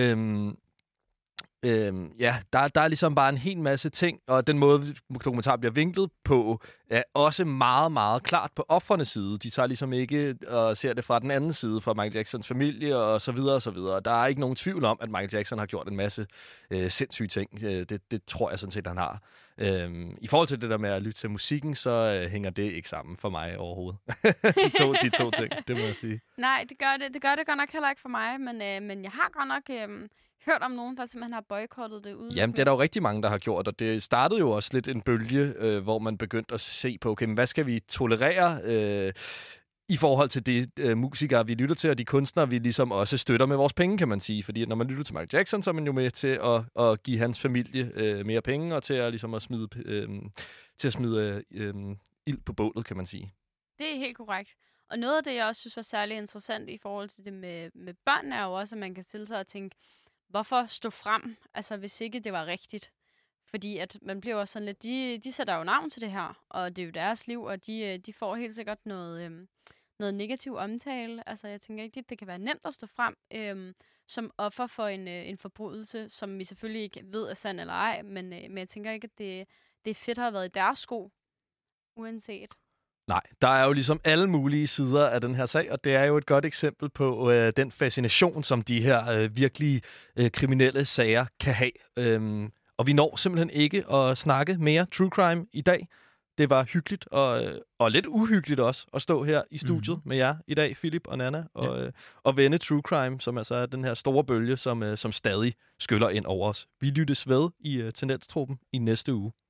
der er ligesom bare en hel masse ting, og den måde, dokumentaren bliver vinklet på, er også meget, meget klart på ofrenes side. De tager ligesom ikke og ser det fra den anden side, fra Michael Jacksons familie, og så videre, og så videre. Der er ikke nogen tvivl om, at Michael Jackson har gjort en masse sindssyge ting. Det tror jeg sådan set, han har. I forhold til det der med at lytte til musikken, så hænger det ikke sammen for mig overhovedet. de to ting, det må jeg sige. Nej, det gør det godt nok heller ikke for mig, men jeg har godt nok hørt om nogen, der simpelthen har boykottet det ud. Jamen, det er der jo rigtig mange, der har gjort, og det startede jo også lidt en bølge, hvor man begyndte at se på, okay, men hvad skal vi tolerere i forhold til de musikere, vi lytter til, og de kunstnere, vi ligesom også støtter med vores penge, kan man sige. Fordi når man lytter til Michael Jackson, så er man jo med til at give hans familie mere penge, og til at, ligesom at smide ild på bålet, kan man sige. Det er helt korrekt. Og noget af det, jeg også synes var særlig interessant i forhold til det med børn, er jo også, at man kan stille sig og tænke, hvorfor stå frem, altså hvis ikke det var rigtigt? Fordi at man bliver også sådan lidt, de sætter jo navn til det her, og det er jo deres liv, og de får helt sikkert noget negativ omtale. Altså jeg tænker ikke, det kan være nemt at stå frem som offer for en forbrydelse, som vi selvfølgelig ikke ved er sand eller ej, men jeg tænker ikke, at det er fedt at have været i deres sko, uanset. Nej, der er jo ligesom alle mulige sider af den her sag, og det er jo et godt eksempel på den fascination, som de her virkelig kriminelle sager kan have. Og vi når simpelthen ikke at snakke mere true crime i dag. Det var hyggeligt og lidt uhyggeligt også at stå her i studiet med jer i dag, Philip og Nanna, og vende true crime, som altså er den her store bølge, som stadig skyller ind over os. Vi lyttes ved i Tendenstruppen i næste uge.